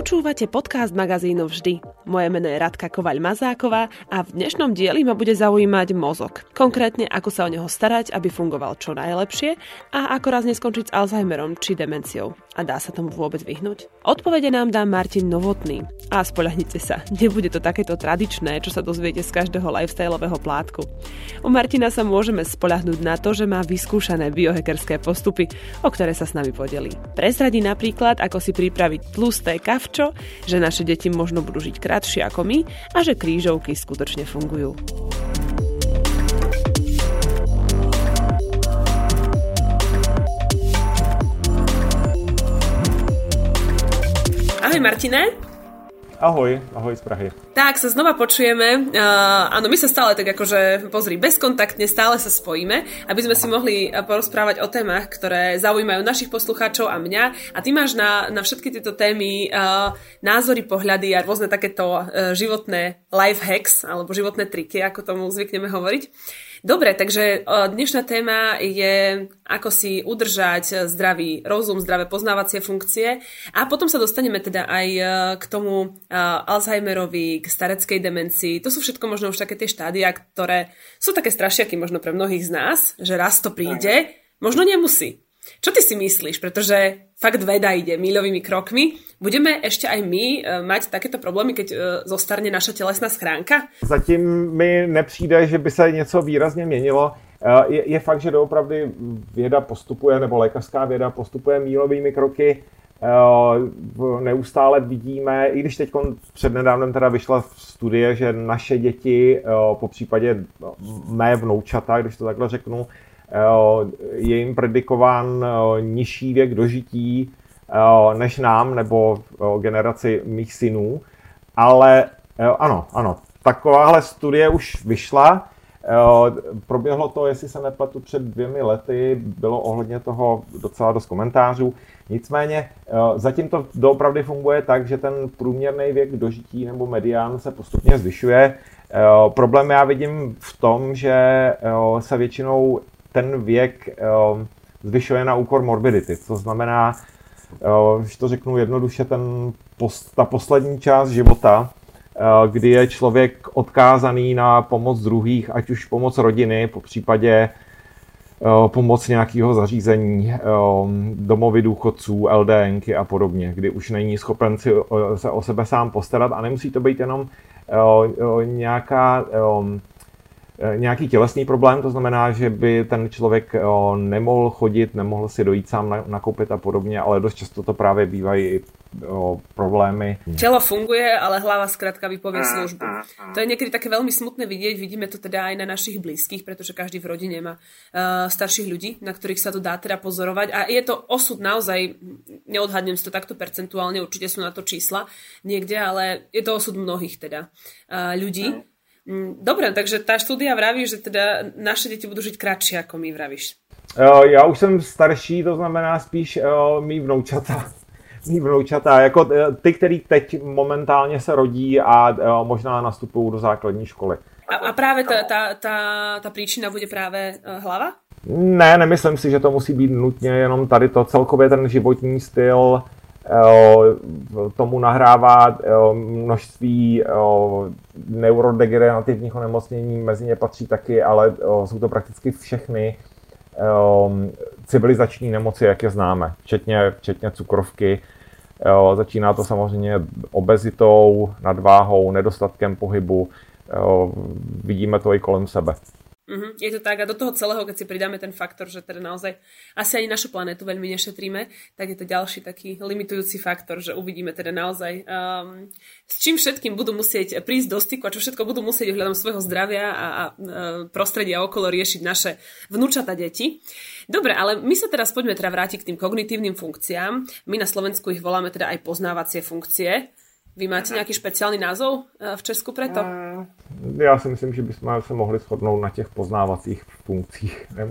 Počúvate podcast magazínu Vždy. Moje meno je Radka Kovaľ-Mazáková a v dnešnom dieli ma bude zaujímať mozog. Konkrétne, ako sa o neho starať, aby fungoval čo najlepšie a ako raz neskončiť s Alzheimerom či demenciou. A dá sa tomu vôbec vyhnúť? Odpovede nám dá Martin Novotný. A spoľahnite sa, nebude to takéto tradičné, čo sa dozviete z každého lifestyleového plátku. U Martina sa môžeme spoľahnúť na to, že má vyskúšané biohackerské postupy, o ktoré sa s nami podelí. Prezradí napríklad, ako si pripraviť tlusté kavčo, že naše deti možno budú žiť krátšie ako my a že krížovky skutočne fungujú. Ahoj Martine. Ahoj z Prahy. Tak, sa znova počujeme. Áno, my sa stále tak akože, pozri, bezkontaktne stále sa spojíme, aby sme si mohli porozprávať o témach, ktoré zaujímajú našich poslucháčov a mňa. A ty máš na všetky tieto témy názory, pohľady a rôzne takéto životné life hacks, alebo životné triky, ako tomu zvykneme hovoriť. Dobre, takže dnešná téma je, ako si udržať zdravý rozum, zdravé poznávacie funkcie a potom sa dostaneme teda aj k tomu Alzheimerovi, k stareckej demencii. To sú všetko možno už také tie štádia, ktoré sú také strašiaky možno pre mnohých z nás, že raz to príde, možno nemusí. Čo ty si myslíš? Pretože fakt veda ide míľovými krokmi. Budeme ešte aj my mať takéto problémy, keď zostarne naša telesná schránka? Zatím mi nepřijde, že by se něco výrazně měnilo. Je fakt, že doopravdy věda postupuje, nebo lékařská věda postupuje míľovými kroky. Neustále vidíme, i když teď přednedávnem teda vyšla studie, že naše děti, po případě mé vnoučata, když to takhle řeknu, je jim predikován nižší věk dožití než nám nebo generaci mých synů. Ale ano, takováhle studie už vyšla. Proběhlo to, jestli se nepletu, před 2 lety, bylo ohledně toho docela dost komentářů. Nicméně zatím to doopravdy funguje tak, že ten průměrný věk dožití nebo medián se postupně zvyšuje. Problém já vidím v tom, že se většinou ten věk zvyšuje na úkor morbidity. To znamená, když to řeknu jednoduše, ta poslední část života, kdy je člověk odkázaný na pomoc druhých, ať už pomoc rodiny, po případě pomoc nějakého zařízení, domovy důchodců, LDNky a podobně, kdy už není schopen se o sebe sám postarat a nemusí to být jenom nějaký tělesný problém, to znamená, že by ten člověk nemohl chodit, nemohl si dojít sám nakoupit a podobně, ale dost často to právě bývají problémy. Telo funguje, ale hlava skrátka vypovie službu. To je niekedy také veľmi smutné vidieť, vidíme to teda aj na našich blízkych, pretože každý v rodine má starších ľudí, na ktorých sa to dá teda pozorovať a je to osud naozaj, neodhadnem si to takto percentuálne, určite sú na to čísla niekde, ale je to osud mnohých teda ľudí. Dobre, takže tá štúdia vraví, že teda naše deti budú žiť kratšie, ako my vravíš. Já už jsem starší, to znamená spíš mý vnoučata, jako ty, který teď momentálně se rodí a možná nastupují do základní školy. A právě ta příčina bude právě hlava? Ne, nemyslím si, že to musí být nutně jenom tady to. Celkově ten životní styl tomu nahrává množství neurodegenerativních onemocnění, mezi ně patří taky, ale jsou to prakticky všechny civilizační nemoci, jak je známe, včetně cukrovky. Začíná to samozřejmě obezitou, nadváhou, nedostatkem pohybu. Vidíme to i kolem sebe. Je to tak a do toho celého, keď si pridáme ten faktor, že teda naozaj asi ani našu planetu veľmi nešetríme, tak je to ďalší taký limitujúci faktor, že uvidíme teda naozaj s čím všetkým budú musieť prísť do styku a čo všetko budú musieť ohľadom svojho zdravia a prostredia okolo riešiť naše vnúčata deti. Dobre, ale my sa teraz poďme teda vrátiť k tým kognitívnym funkciám. My na Slovensku ich voláme teda aj poznávacie funkcie. Vy máte nějaký speciální názov v Česku preto? Já si myslím, že bychom se mohli shodnout na těch poznávacích funkcích.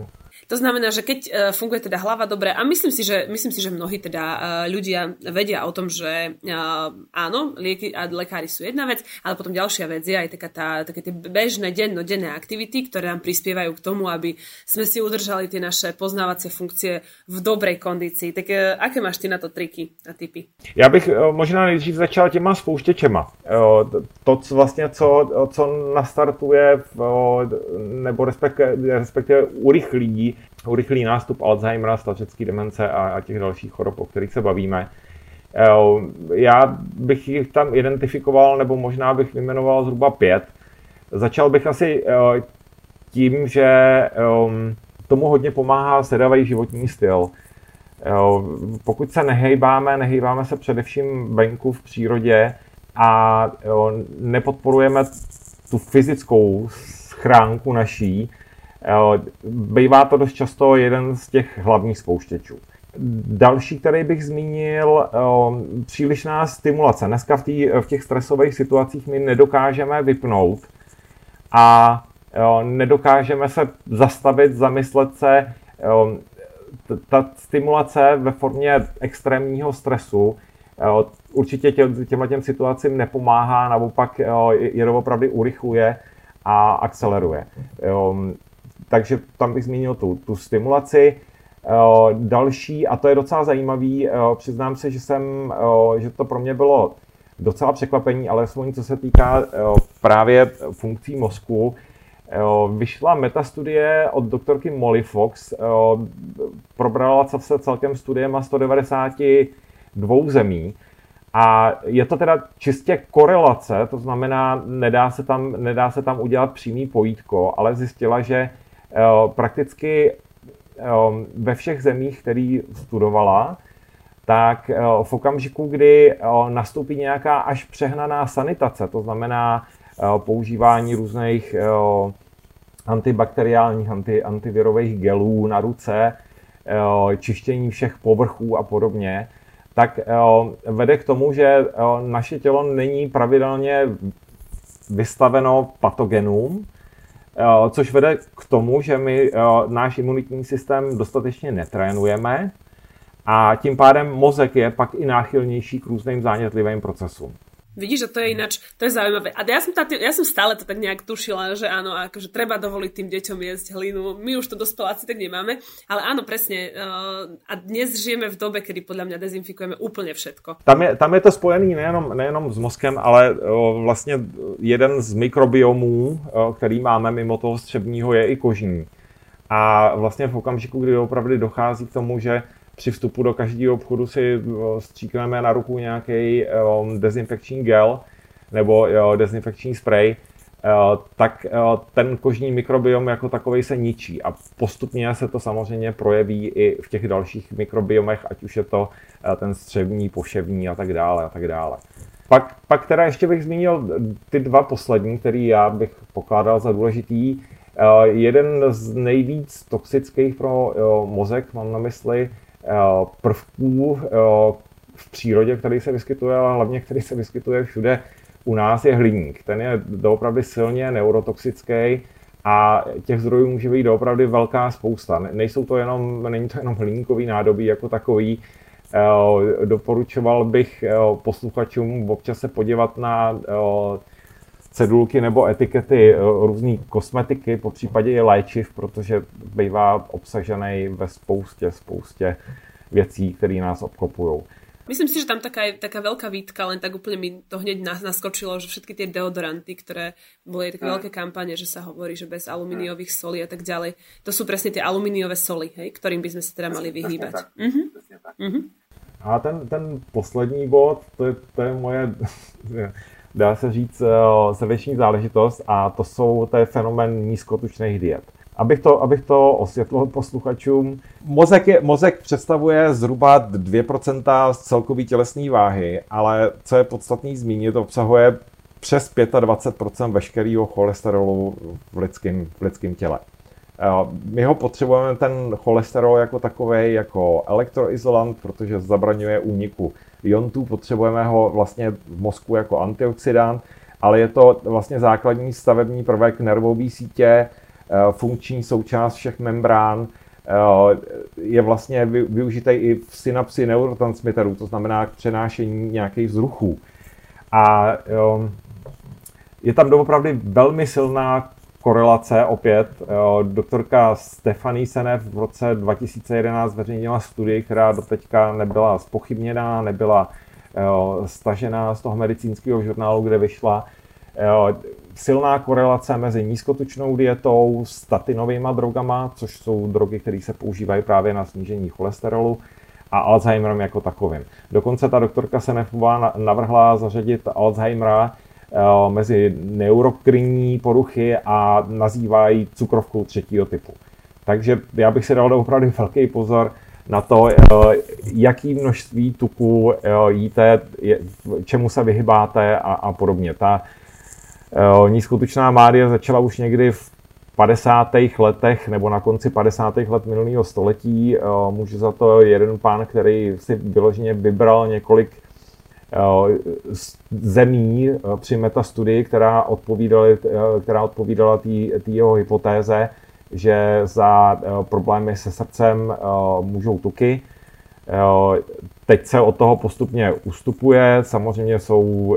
To znamená, že keď funguje teda hlava dobre, a myslím si, že mnohí teda ľudia vedia o tom, že áno, lieky a lekári sú jedna vec, ale potom ďalšia vec je aj také tie bežné dennodenné aktivity, ktoré nám prispievajú k tomu, aby sme si udržali tie naše poznávacie funkcie v dobrej kondícii. Tak aké máš ty na to triky a tipy? Já bych možná nejdřív začal těma spouštěčema. To vlastně, co nastartuje nebo respektive urychlí nástup Alzheimera, stařecké demence a těch dalších chorob, o kterých se bavíme. Já bych jich tam identifikoval, nebo možná bych vyjmenoval zhruba 5. Začal bych asi tím, že tomu hodně pomáhá sedavý životní styl. Pokud se nehejbáme se především venku v přírodě a nepodporujeme tu fyzickou schránku naší, bývá to dost často jeden z těch hlavních spouštěčů. Další, který bych zmínil, přílišná stimulace. Dneska v těch stresových situacích my nedokážeme vypnout a nedokážeme se zastavit, zamyslet se. Ta stimulace ve formě extrémního stresu určitě těmhletěm situacím nepomáhá, naopak je doopravdy urychluje a akceleruje. Takže tam bych zmínil tu stimulaci. Další, a to je docela zajímavý, přiznám se, že to pro mě bylo docela překvapení, ale aspoň co se týká právě funkcí mozku, vyšla metastudie od doktorky Molly Fox, probrala se celkem studiem 192 zemí a je to teda čistě korelace, to znamená, nedá se tam udělat přímý pojítko, ale zjistila, že prakticky ve všech zemích, který studovala, tak v okamžiku, kdy nastoupí nějaká až přehnaná sanitace, to znamená používání různých antibakteriálních, antivirových gelů na ruce, čištění všech povrchů a podobně, tak vede k tomu, že naše tělo není pravidelně vystaveno patogenům, což vede k tomu, že my náš imunitní systém dostatečně netrénujeme a tím pádem mozek je pak i náchylnější k různým zánětlivým procesům. Vidíš, že to je ináč, to je zaujímavé. A ja som stále to tak nejak tušila, že áno, akože treba dovoliť tým deťom jesť hlinu. My už to dospeláci tak nemáme, ale áno, presne. A dnes žijeme v dobe, kedy podľa mňa dezinfikujeme úplne všetko. Tam je to spojený nejenom s mozkem, ale vlastně jeden z mikrobiomů, který máme mimo toho střevního, je i kožní. A vlastně v okamžiku, kdy opravdu dochází k tomu, že při vstupu do každého obchodu si stříkneme na ruku nějaký dezinfekční gel nebo dezinfekční sprej, tak ten kožní mikrobiom jako takovej se ničí a postupně se to samozřejmě projeví i v těch dalších mikrobiomech, ať už je to ten střevní, poševní a tak dále a tak dále. Pak teda ještě bych zmínil ty 2 poslední, který já bych pokládal za důležitý. Jeden z nejvíc toxických pro mozek, mám na mysli, prvků v přírodě, který se vyskytuje, ale hlavně který se vyskytuje všude u nás, je hliník. Ten je doopravdy silně neurotoxický a těch zdrojů může být doopravdy velká spousta. Není to jenom hliníkový nádobí jako takový. Doporučoval bych posluchačům občas se podívat na cedulky nebo etikety různý kosmetiky, popřípadě i léčiv, protože bývá obsažený ve spoustě věcí, které nás obklopují. Myslím si, že tam taká veľká výtka, len tak úplne mi to hneď naskočilo, že všetky tie deodoranty, ktoré boli také veľké kampane, že sa hovorí, že bez alumíniových solí a tak ďalej, to sú presne tie alumíniové soly, hej, ktorým by sme sa teda mali vyhýbať. A ten poslední bod, to je moje, dá se říct, srdeční záležitost a to je fenomén nízkotučných diet. Abych to osvětlil posluchačům, mozek představuje zhruba 2% z celkové tělesné váhy, ale co je podstatný zmínit, obsahuje přes 25% veškerého cholesterolu v lidském těle. My ho potřebujeme, ten cholesterol jako takovej, jako elektroizolant, protože zabraňuje úniku iontů, potřebujeme ho vlastně v mozku jako antioxidant, ale je to vlastně základní stavební prvek nervové sítě, funkční součást všech membrán, je vlastně využitý i v synapsi neurotransmiterů, to znamená k přenášení nějakých vzruchů. A je tam doopravdy velmi silná korelace opět. Doktorka Stephanie Seneff v roce 2011 zveřejnila studii, která doteďka nebyla zpochybněná, nebyla stažená z toho medicínského žurnálu, kde vyšla. Silná korelace mezi nízkotučnou dietou, statinovými drogama, což jsou drogy, které se používají právě na snížení cholesterolu, a Alzheimerem jako takovým. Dokonce ta doktorka Seneffová navrhla zařadit Alzheimera mezi neurokrinní poruchy a nazývá ji cukrovkou 3. typu. Takže já bych si dal opravdu velký pozor na to, jaký množství tuku jíte, čemu se vyhybáte a podobně. Ta nízkotučná Mária začala už někdy v 50. letech nebo na konci 50. let minulého století. Může za to jeden pán, který si vyloženě vybral několik zemí při metastudii, která odpovídala té jeho hypotéze, že za problémy se srdcem můžou tuky. Teď se od toho postupně ustupuje. Samozřejmě jsou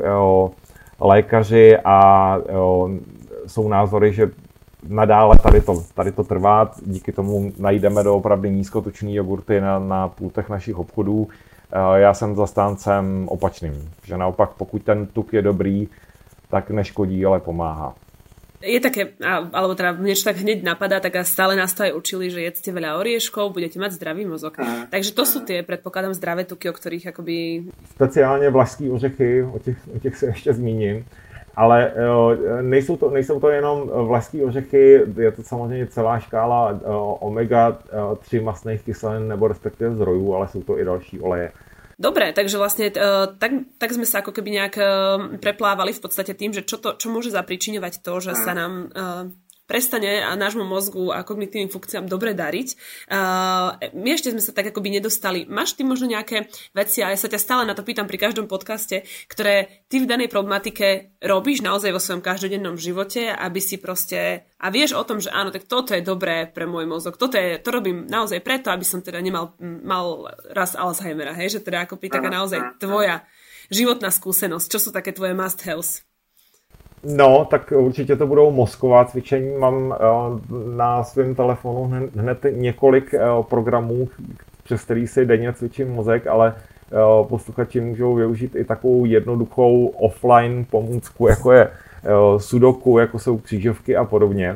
lékaři a jsou názory, že nadále tady to trvá. Díky tomu najdeme doopravdy nízkotučný jogurty na pultech našich obchodů. Já jsem zastáncem opačným, že naopak pokud ten tuk je dobrý, tak neškodí, ale pomáhá. Je také, alebo teda mne čo tak hneď napadá, tak stále nás to aj učili, že jedzte veľa orieškov, budete mať zdravý mozog. Takže to sú tie, predpokladám, zdravé tuky, o ktorých akoby... Speciálně vlašský ořechy, o těch se ještě zmíním, ale nejsou to jenom vlašský ořechy, je to samozřejmě celá škála omega-3 mastných kyselin nebo respektive zdrojů, ale sú to i další oleje. Dobre, takže vlastne tak sme sa ako keby nejak preplávali v podstate tým, že čo môže zapričiňovať to, že sa nám prestane a nášmu mozgu a kognitívnym funkciám dobre dariť. My ešte sme sa tak akoby nedostali. Máš ty možno nejaké veci, a ja sa ťa stále na to pýtam pri každom podcaste, ktoré ty v danej problematike robíš naozaj vo svojom každodennom živote, aby si proste... A vieš o tom, že áno, tak toto je dobré pre môj mozog. To robím naozaj preto, aby som teda mal raz Alzheimera, hej? Že teda ako taká naozaj tvoja životná skúsenosť. Čo sú také tvoje must-haves? No, tak určitě to budou mozková cvičení. Mám na svém telefonu hned několik programů, přes který si denně cvičím mozek, ale posluchači můžou využít i takovou jednoduchou offline pomůcku, jako je sudoku, jako jsou křížovky a podobně.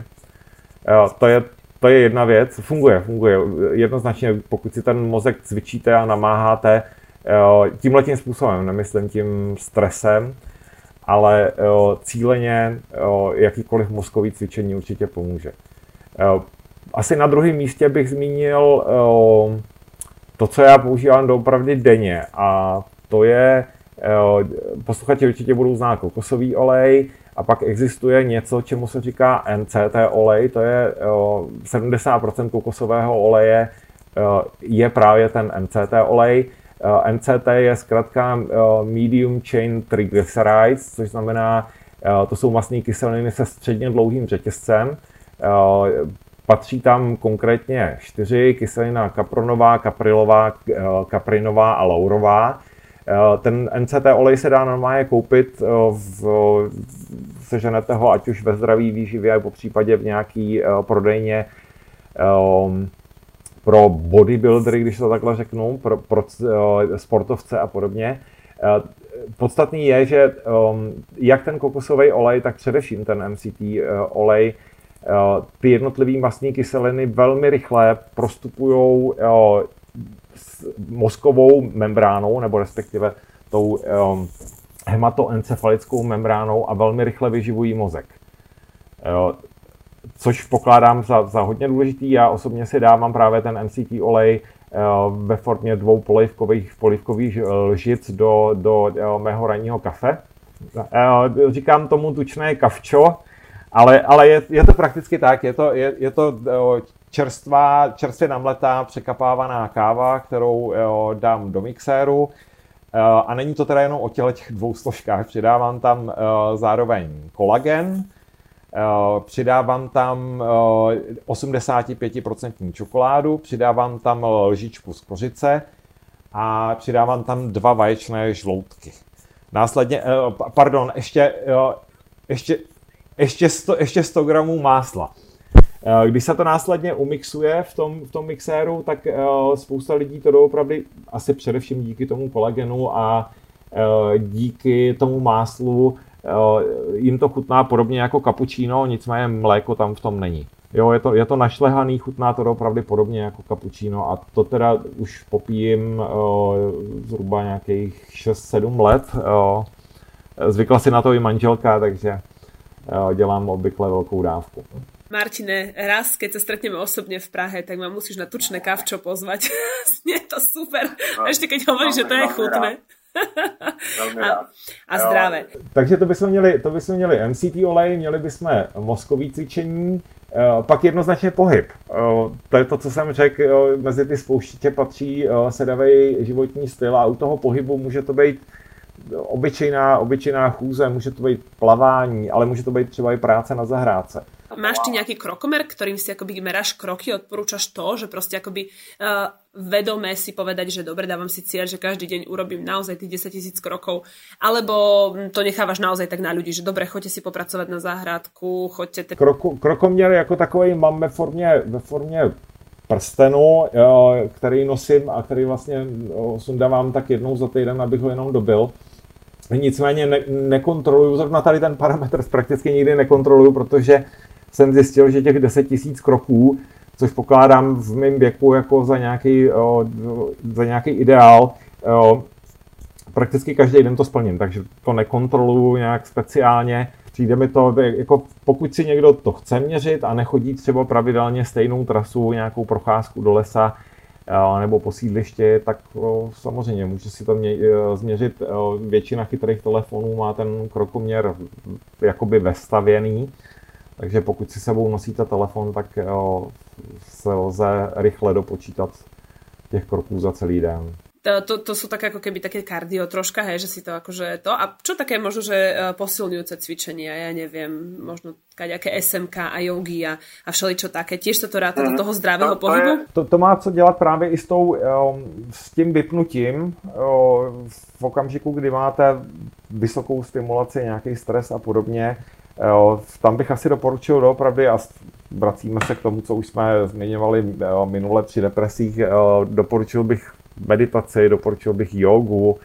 To je jedna věc. Funguje. Jednoznačně, pokud si ten mozek cvičíte a namáháte tímhletím způsobem, nemyslím tím stresem, ale cíleně jakýkoliv mozkový cvičení určitě pomůže. Asi na druhém místě bych zmínil to, co já používám doopravdy denně, a to je, posluchači určitě budou znát kokosový olej, a pak existuje něco, čemu se říká MCT olej, to je 70% kokosového oleje je právě ten MCT olej. MCT je zkrátka medium chain triglycerides, což znamená, to jsou mastné kyseliny se středně dlouhým řetězcem. Patří tam konkrétně 4, kyselina kapronová, kaprilová, kaprinová a laurová. Ten MCT olej se dá normálně koupit, seženete ho ať už ve zdraví výživě, po případě v nějaký prodejně pro bodybuildery, když to takhle řeknu, pro sportovce a podobně. Podstatný je, že jak ten kokosový olej, tak především ten MCT olej, ty jednotlivé mastné kyseliny velmi rychle prostupují mozkovou membránou, nebo respektive tou hematoencefalickou membránou, a velmi rychle vyživují mozek. Což pokládám za hodně důležitý. Já osobně si dávám právě ten MCT olej ve formě 2 polivkových lžic do mého ranního kafe. Říkám tomu tučné kavčo, ale je to prakticky tak. Je to čerstvě namletá překapávaná káva, kterou dám do mixéru. A není to teda jenom o těch 2 složkách. Přidávám tam zároveň kolagen, přidávám tam 85% čokoládu, přidávám tam lžičku z kořice a přidávám tam 2 vaječné žloutky. Následně, ještě 100 gramů másla. Když se to následně umixuje v tom mixéru, tak spousta lidí to doopravdy, asi především díky tomu kolagenu a díky tomu máslu, jim to chutná podobně jako cappuccino, nicméně mléko tam v tom není. Jo, je to našlehaný, chutná to doopravdy podobně jako cappuccino a to teda už popijím zhruba nějakých 6-7 let. Zvykla si na to i manželka, takže dělám obvykle velkou dávku. Martine, raz, keď sa stretneme osobne v Prahe, tak ma musíš na tučné kavčo pozvať. Je to super. A ešte keď hovoríš, že to je chutné. A zdravé. Takže to bychom měli MCT olej, měli bychom mozkový cvičení, pak jednoznačně pohyb. To je to, co jsem řekl, mezi ty spouštěče patří sedavý životní styl a u toho pohybu může to být obyčejná chůze, může to být plavání, ale může to být třeba i práce na zahrádce. Máš ty nejaký krokomer, ktorým si akoby meráš kroky, odporúčaš to, že proste akoby vedome si povedať, že dobre, dávam si cieľ, že každý deň urobím naozaj tých 10 000 krokov, alebo to nechávaš naozaj tak na ľudí, že dobre, choďte si popracovať na záhradku, choďte... Krokoměr jako takový mám ve formě prstenu, který nosím a který vlastně sundávám tak jednou za týden, abych ho jenom dobil. Nicméně nekontroluju, zrovna tady ten parametr prakticky nikdy nekontroluju, protože jsem zjistil, že těch 10 000 kroků, což pokládám v mém věku jako za nějaký ideál, prakticky každý den to splním, takže to nekontroluju nějak speciálně. Přijde mi to, jako pokud si někdo to chce měřit a nechodí třeba pravidelně stejnou trasu, nějakou procházku do lesa nebo po sídlišti, tak samozřejmě může si to změřit. Většina chytrých telefonů má ten krokoměr jakoby vestavěný, takže pokud si sebou nosíte telefon, tak se lze rychle dopočítat těch kroků za celý den. To sú také ako keby také kardio troška, hej, že si to akože to. A čo také možno, že posilňujúce cvičenia, ja neviem, možno nejaké SMK a jogy a všeličo také. Tiež sa to ráta do toho zdravého pohybu? To má co dělat právě i s tím vypnutím v okamžiku, kdy máte vysokou stimulaci, nějaký stres a podobně. Tam bych asi doporučil doopravdy, a vracíme se k tomu, co už jsme zmiňovali minule při depresích, doporučil bych meditaci, doporučil bych jogu,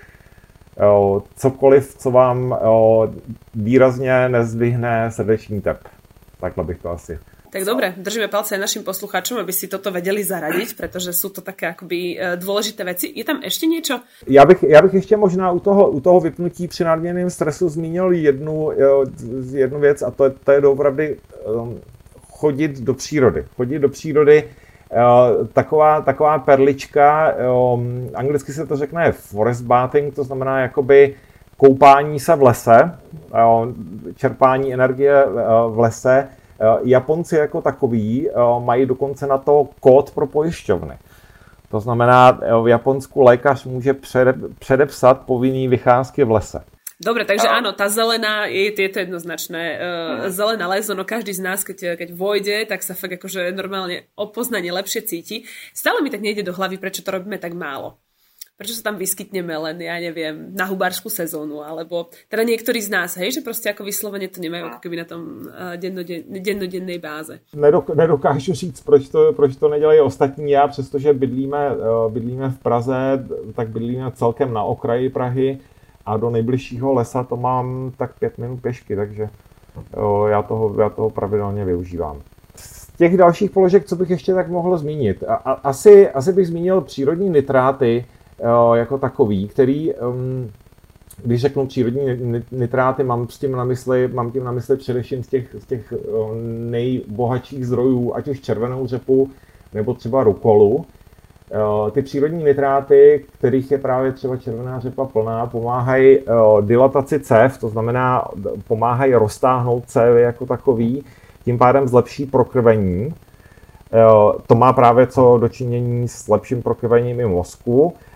cokoliv, co vám výrazně nezdvihne srdeční tep. Takhle bych to asi. Tak dobre, držíme palce aj našim poslucháčom, aby si toto vedeli zaradiť, pretože sú to také akoby dôležité veci. Je tam ešte niečo? Já bych ještě možná u toho vypnutí při nadměrném stresu zmínil jednu věc, a to je doopravdy chodit do přírody. Chodit do přírody, taková perlička, anglicky se to řekne forest bathing, to znamená jakoby koupání se v lese, čerpání energie v lese. Japonci jako takový mají dokonce na to kód pro pojišťovny. To znamená, v Japonsku lékař může předepsat povinný vycházky v lese. Dobre, takže áno, tá zelená, je to jednoznačné. Zelená les, ono každý z nás, keď vojde, tak sa fakt akože normálne o poznanie lepšie cíti. Stále mi tak nejde do hlavy, prečo to robíme tak málo. Prečo sa tam vyskytneme len, ja neviem, na hubárskú sezónu, alebo teda niektorí z nás, hej, že proste ako vyslovene to nemajú ako keby na tom dennodennej báze. Nedokážu říct, proč to nedělají ostatní. Já, přestože bydlíme v Praze, tak bydlíme celkem na okraji Prahy a do nejbližšího lesa to mám tak 5 minut pěšky, takže já toho pravidelně využívám. Z těch dalších položek, co bych ještě tak mohl zmínit, asi bych zmínil přírodní nitráty, jako takový, který, když řeknu přírodní nitráty, mám tím na mysli především z těch nejbohatších zdrojů, ať už červenou řepu, nebo třeba rukolu. Ty přírodní nitráty, kterých je právě třeba červená řepa plná, pomáhají dilataci cév, to znamená pomáhají roztáhnout cévy jako takový, tím pádem zlepší prokrvení. To má právě co dočinění s lepším prokrvením i mozku.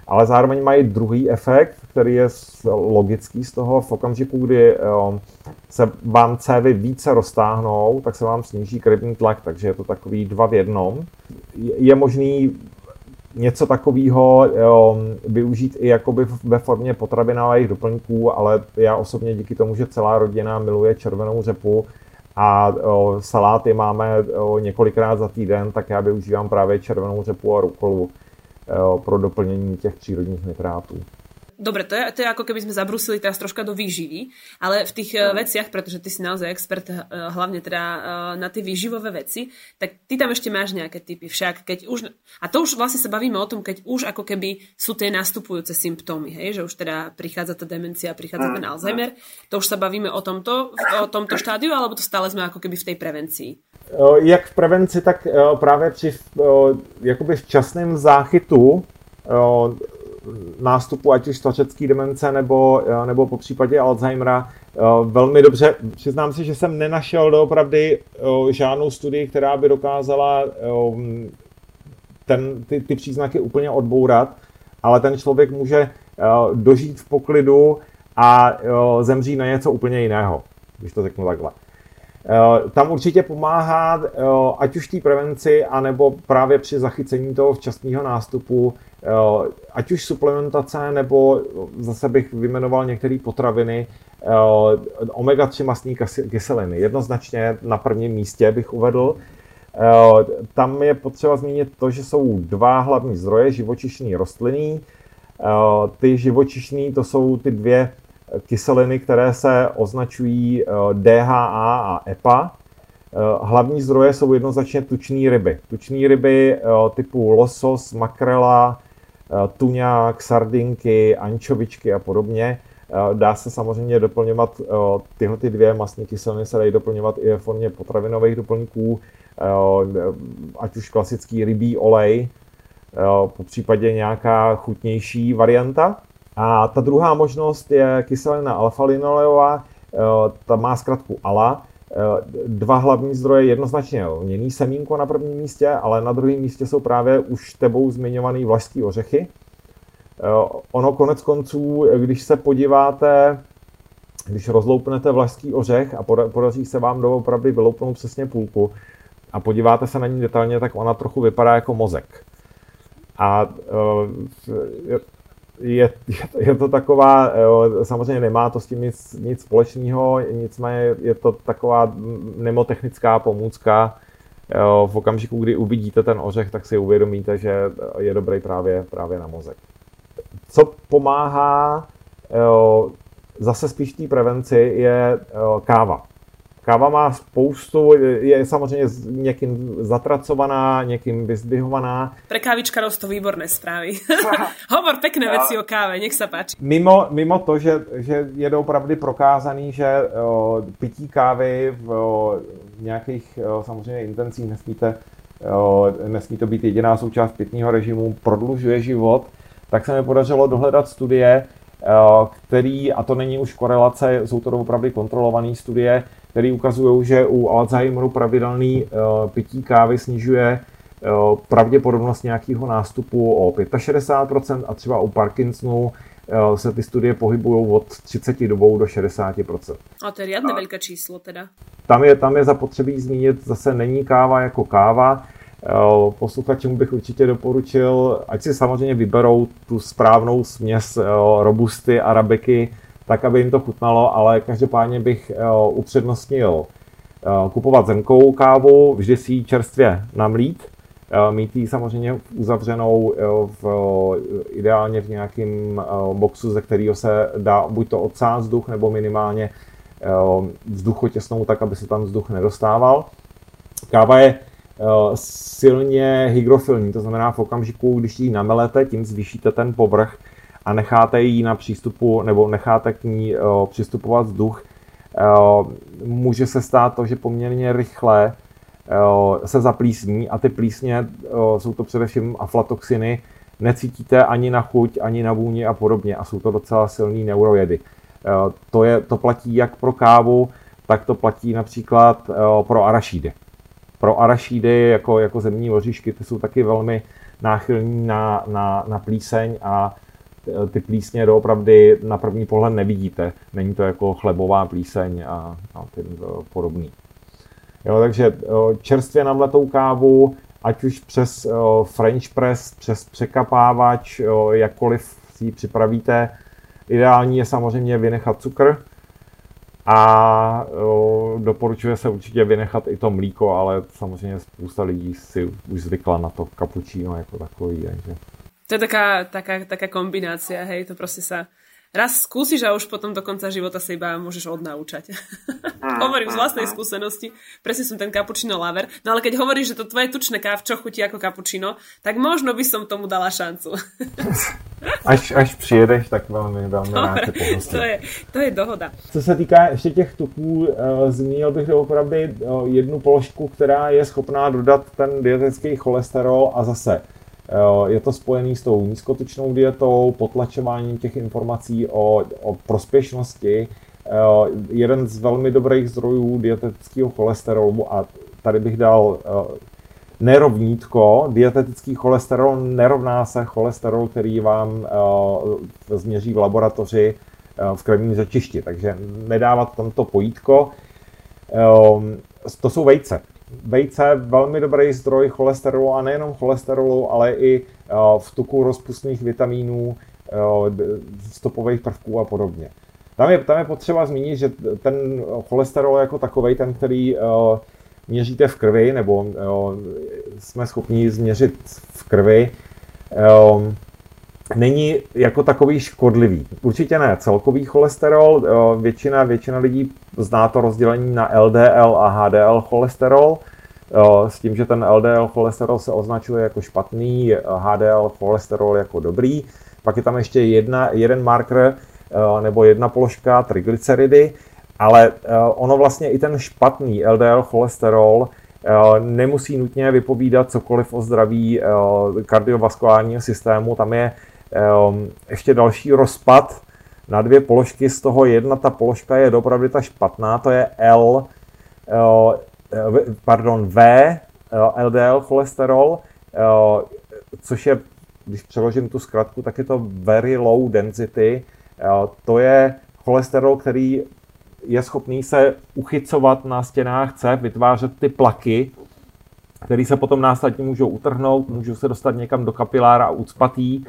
ale zároveň mají druhý efekt, který je logický z toho. V okamžiku, kdy se vám cévy více roztáhnou, tak se vám sníží krevní tlak, takže je to takový 2 v 1. Je možný něco takového využít i jakoby ve formě potravinových doplňků, ale já osobně díky tomu, že celá rodina miluje červenou řepu a saláty máme několikrát za týden, tak já využívám právě červenou řepu a rukolu pro doplnění těch přírodních nitrátů. Dobre, to je ako keby sme zabrúsili teraz troška do výživy, ale v tých veciach, pretože ty si naozaj expert hlavne teda na tie výživové veci, tak ty tam ešte máš nejaké tipy. Však keď už, a to už vlastne sa bavíme o tom, keď už ako keby sú tie nastupujúce symptómy, hej, že už teda prichádza tá demencia, prichádza ten Alzheimer, to už sa bavíme o tomto štádiu, alebo to stále sme ako keby v tej prevencii? Jak v prevenci, tak právě při jakoby včasném záchytu nástupu ať už stařecké demence nebo po případě Alzheimera velmi dobře. Přiznám si, že jsem nenašel doopravdy žádnou studii, která by dokázala ty příznaky úplně odbourat, ale ten člověk může dožít v poklidu a zemřít na něco úplně jiného, když to řeknu takhle. Tam určitě pomáhá, ať už té prevenci, anebo právě při zachycení toho včasného nástupu, ať už suplementace, nebo zase bych vyjmenoval některé potraviny, omega-3 mastné kyseliny. Jednoznačně na prvním místě bych uvedl. Tam je potřeba zmínit to, že jsou 2 hlavní zdroje, živočišný rostlinný. Ty živočišný, to jsou ty 2 kyseliny, které se označují DHA a EPA. Hlavní zdroje jsou jednoznačně tučné ryby. Tučné ryby typu losos, makrela, tuňák, sardinky, ančovičky a podobně. Dá se samozřejmě doplňovat, tyhle 2 mastné kyseliny se dají doplňovat i ve formě potravinových doplňků, ať už klasický rybí olej, po případě nějaká chutnější varianta. A ta druhá možnost je kyselina alfa-linoleová, ta má zkratku ALA. 2 hlavní zdroje, jednoznačně lněný semínko na prvním místě, ale na druhém místě jsou právě už tebou zmiňovaný vlašský ořechy. Ono konec konců, když se podíváte, když rozloupnete vlašský ořech a podaří se vám doopravdy vyloupnout přesně půlku a podíváte se na ní detailně, tak ona trochu vypadá jako mozek. A je to taková, samozřejmě nemá to s tím nic společného, nicméně je to taková mnemotechnická pomůcka. V okamžiku, kdy uvidíte ten ořech, tak si uvědomíte, že je dobrý právě na mozek. Co pomáhá zase spíš té prevenci, je káva. Káva má spoustu, je samozřejmě někým zatracovaná, někým vyzdvihovaná. Pre kávičkarov to výborné správy. Hovor pekné veci o káve, nech sa páči. Mimo to, že je opravdu prokázaný, že pití kávy v nějakých samozřejmě intencích nesmí to být jediná součást pitního režimu, prodlužuje život, tak se mi podařilo dohledat studie, který, a to není už korelace, jsou to opravdu kontrolované studie, které ukazují, že u Alzheimeru pravidelný pití kávy snižuje pravděpodobnost nějakého nástupu o 65% a třeba u Parkinsonu se ty studie pohybují od 30 do 60%. A to je riadne veľké číslo teda. Tam je zapotřebí zmínit, zase není káva jako káva. Posluchačům bych určitě doporučil, ať si samozřejmě vyberou tu správnou směs robusty, arabiky, tak, aby jim to chutnalo, ale každopádně bych upřednostnil kupovat zemkou kávu, vždy si ji čerstvě namlít, mít ji samozřejmě uzavřenou ideálně v nějakém boxu, ze kterého se dá buď to odsát vzduch, nebo minimálně vzduchotěsnou, tak, aby se tam vzduch nedostával. Káva je silně hygrofilní, to znamená v okamžiku, když ji namelete, tím zvýšíte ten povrch a necháte ji na přístupu, nebo necháte k ní přistupovat vzduch, může se stát to, že poměrně rychle se zaplísní a ty plísně, jsou to především aflatoxiny, necítíte ani na chuť, ani na vůni a podobně a jsou to docela silný neurojedy. To platí jak pro kávu, tak to platí například pro arašídy. Pro arašídy jako zemní oříšky, ty jsou taky velmi náchylní na plíseň a ty plísně doopravdy na první pohled nevidíte. Není to jako chlebová plíseň a tím podobný. Jo, takže čerstvě namletou kávu, ať už přes French press, přes překapávač, jakkoliv si ji připravíte. Ideální je samozřejmě vynechat cukr a doporučuje se určitě vynechat i to mlíko, ale samozřejmě spousta lidí si už zvykla na to cappuccino jako takový. Takže. To je taká kombinácia, hej, to proste sa raz skúsiš a už potom do konca života sa iba môžeš odnaučať. Hovorím z vlastnej skúsenosti, presne som ten cappuccino lover, no ale keď hovoríš, že to tvoje tučné kávčo chutí ako cappuccino, tak možno by som tomu dala šancu. Až přijedeš, tak velmi rád to je dohoda. Co se týká ještě těch tuků, zmínil bych opravdu jednu položku, která je schopná dodat ten dietetický cholesterol a zase je to spojený s tou nízkotučnou dietou, potlačováním těch informací o prospěšnosti. Jeden z velmi dobrých zdrojů dietetického cholesterolu, a tady bych dal nerovnítko, dietetický cholesterol nerovná se cholesterol, který vám změří v laboratoři v krevním řečišti, takže nedávat tam to pojítko. To jsou vejce. Vejce, velmi dobrý zdroj cholesterolu a nejenom cholesterolu, ale i v tuku rozpustných vitamínů, stopových prvků a podobně. Tam je potřeba zmínit, že ten cholesterol jako takovej, ten, který měříte v krvi, nebo jsme schopni změřit v krvi, není jako takový škodlivý. Určitě ne. Celkový cholesterol, většina lidí zná to rozdělení na LDL a HDL cholesterol, s tím, že ten LDL cholesterol se označuje jako špatný, HDL cholesterol jako dobrý. Pak je tam ještě jeden marker nebo jedna položka triglyceridy, ale ono vlastně i ten špatný LDL cholesterol nemusí nutně vypovídat cokoliv o zdraví kardiovaskulárního systému. Tam je ještě další rozpad na dvě položky, z toho jedna ta položka je opravdu ta špatná, to je LDL cholesterol, což je, když přeložím tu zkratku, tak je to very low density. To je cholesterol, který je schopný se uchycovat na stěnách cév, vytvářet ty plaky, které se potom následně můžou utrhnout, můžou se dostat někam do kapilára a ucpatý.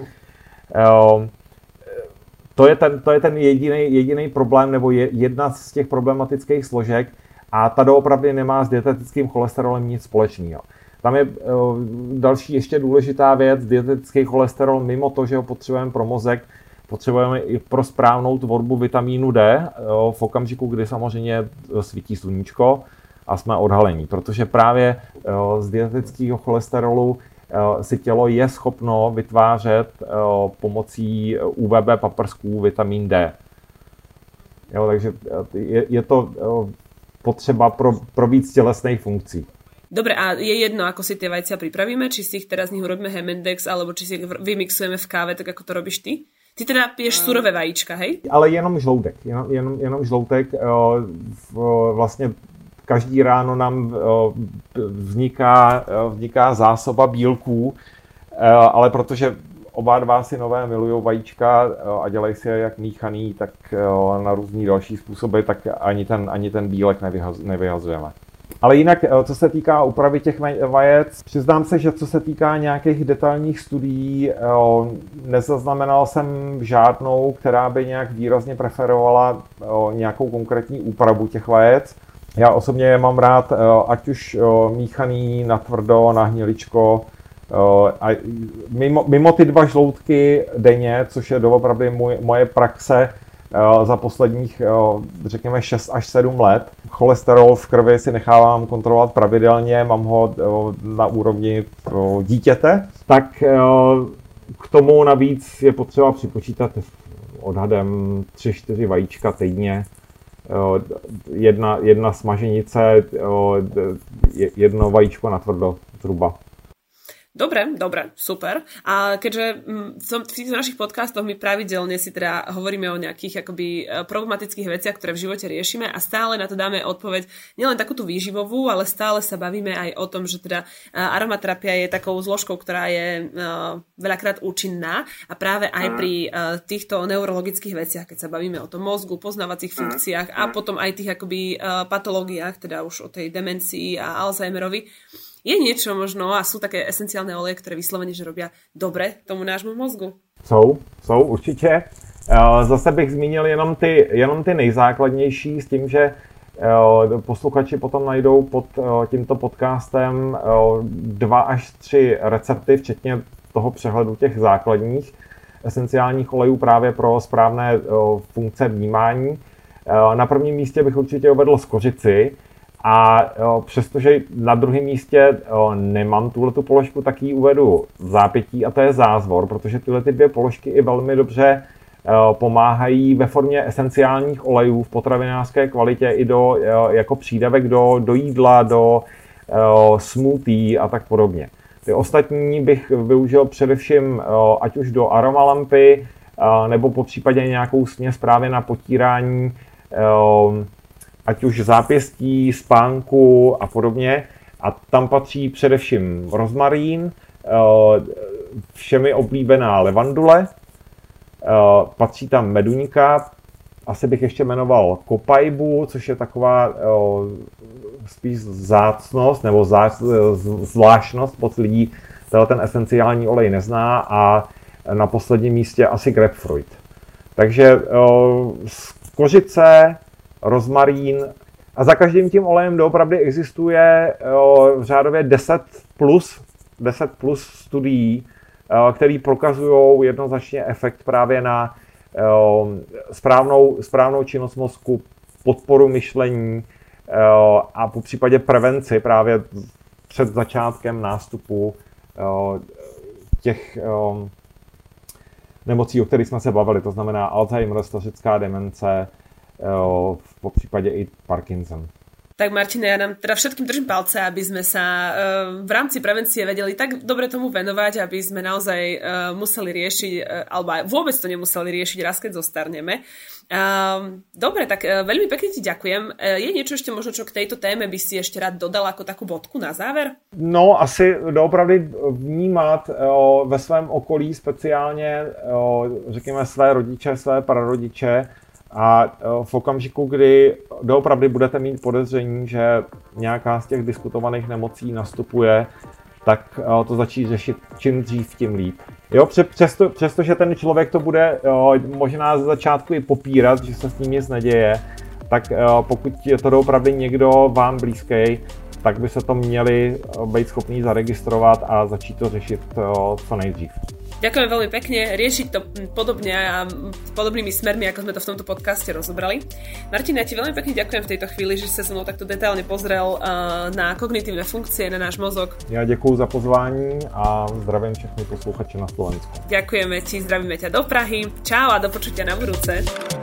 To je ten jediný problém, nebo jedna z těch problematických složek, a ta doopravdy nemá s dietetickým cholesterolem nic společného. Tam je další ještě důležitá věc, dietetický cholesterol, mimo to, že ho potřebujeme pro mozek, potřebujeme i pro správnou tvorbu vitamínu D v okamžiku, kdy samozřejmě svítí sluníčko a jsme odhalení, protože právě z dietetického cholesterolu si tělo je schopno vytvářet pomocí UVB paprsků vitamin D. Jo, takže je to potřeba pro víc tělesných funkcí. Dobre, a je jedno, ako si tie vajcia pripravíme? Či si ich teraz z nich urobíme Hemendex, alebo či si ich vymixujeme v káve, tak ako to robíš ty? Ty teda piješ surové vajíčka, hej? Ale jenom žloutek. Jenom žloutek. Vlastně každý ráno nám vzniká zásoba bílků, ale protože oba dva synové milujou vajíčka a dělají si je jak míchaný, tak na různý další způsoby, tak ani ten bílek nevyhazujeme. Ale jinak, co se týká úpravy těch vajec, přiznám se, že co se týká nějakých detailních studií, nezaznamenal jsem žádnou, která by nějak výrazně preferovala nějakou konkrétní úpravu těch vajec. Já osobně je mám rád, ať už míchaný, natvrdo, na hniličko, a mimo ty 2 žloutky denně, což je doopravdy moje praxe za posledních, řekněme, 6 až 7 let. Cholesterol v krvi si nechávám kontrolovat pravidelně, mám ho na úrovni dítěte, tak k tomu navíc je potřeba připočítat odhadem 3-4 vajíčka týdně, jedna smaženice, jedno vajíčko natvrdo zhruba. Dobre, super. A keďže v týchto našich podcastoch my pravidelne si teda hovoríme o nejakých akoby problematických veciach, ktoré v živote riešime a stále na to dáme odpoveď nielen takú tú výživovú, ale stále sa bavíme aj o tom, že teda aromaterapia je takou zložkou, ktorá je veľakrát účinná a práve aj pri týchto neurologických veciach, keď sa bavíme o tom mozgu, poznávacích funkciách a potom aj tých akoby patológiách, teda už o tej demencii a Alzheimerovi, je niečo možno a sú také esenciálne oleje, ktoré vyslovene, že robia dobre tomu nášmu mozgu? Jsou určitě. Zase bych zmínil jenom ty nejzákladnější s tím, že posluchači potom najdou pod tímto podcastem 2 až 3 recepty, včetně toho přehledu těch základních esenciálních olejů právě pro správné funkce vnímání. Na prvním místě bych určitě uvedl skořici, a přestože na druhém místě nemám tuhletu položku, tak ji uvedu v zápětí a to je zázvor, protože tyhle ty 2 položky i velmi dobře pomáhají ve formě esenciálních olejů v potravinářské kvalitě i jako přídavek do jídla, do smoothie a tak podobně. Ty ostatní bych využil především ať už do aromalampy nebo po případě nějakou směs právě na potírání ať už zápěstí, spánku a podobně. A tam patří především rozmarín, všemi oblíbená levandule, patří tam meduňka, asi bych ještě jmenoval kopajbu, což je taková spíš vzácnost nebo zvláštnost, moc lidí ten esenciální olej nezná, a na posledním místě asi grapefruit. Takže kořice, rozmarín a za každým tím olejem doopravdy existuje řádově 10 plus studií, které prokazují jednoznačně efekt právě na správnou činnost mozku, podporu myšlení a po případě prevenci právě před začátkem nástupu těch nemocí, o kterých jsme se bavili, to znamená Alzheimer, stařická demence, po případě i Parkinson. Tak Martine, ja nám teda všetkým držím palce, aby sme sa v rámci prevencie vedeli tak dobre tomu venovať, aby sme naozaj museli riešiť, alebo vôbec to nemuseli riešiť raz, keď zostarneme. Dobre, tak veľmi pekne ti ďakujem. Je niečo ešte možno, čo k tejto téme by si ešte rád dodal ako takú bodku na záver? No, asi doopravdy vnímat ve svém okolí speciálně, řekněme, své rodiče, své prarodiče, a v okamžiku, kdy doopravdy budete mít podezření, že nějaká z těch diskutovaných nemocí nastupuje, tak to začít řešit čím dřív, tím líp. Jo, přestože ten člověk to bude možná ze začátku i popírat, že se s ním nic neděje, tak pokud je to doopravdy někdo vám blízký, tak by se to měli být schopní zaregistrovat a začít to řešit co nejdřív. Ďakujem veľmi pekne, riešiť to podobne a podobnými smermi, ako sme to v tomto podcaste rozobrali. Martin, ja ti veľmi pekne ďakujem v tejto chvíli, že si sa so mnou takto detailne pozrel na kognitívne funkcie, na náš mozog. Ja ďakujem za pozvání a zdravím všechny posluchače na Slovensku. Ďakujeme ti, zdravíme ťa do Prahy. Čau a do počutia na budúce.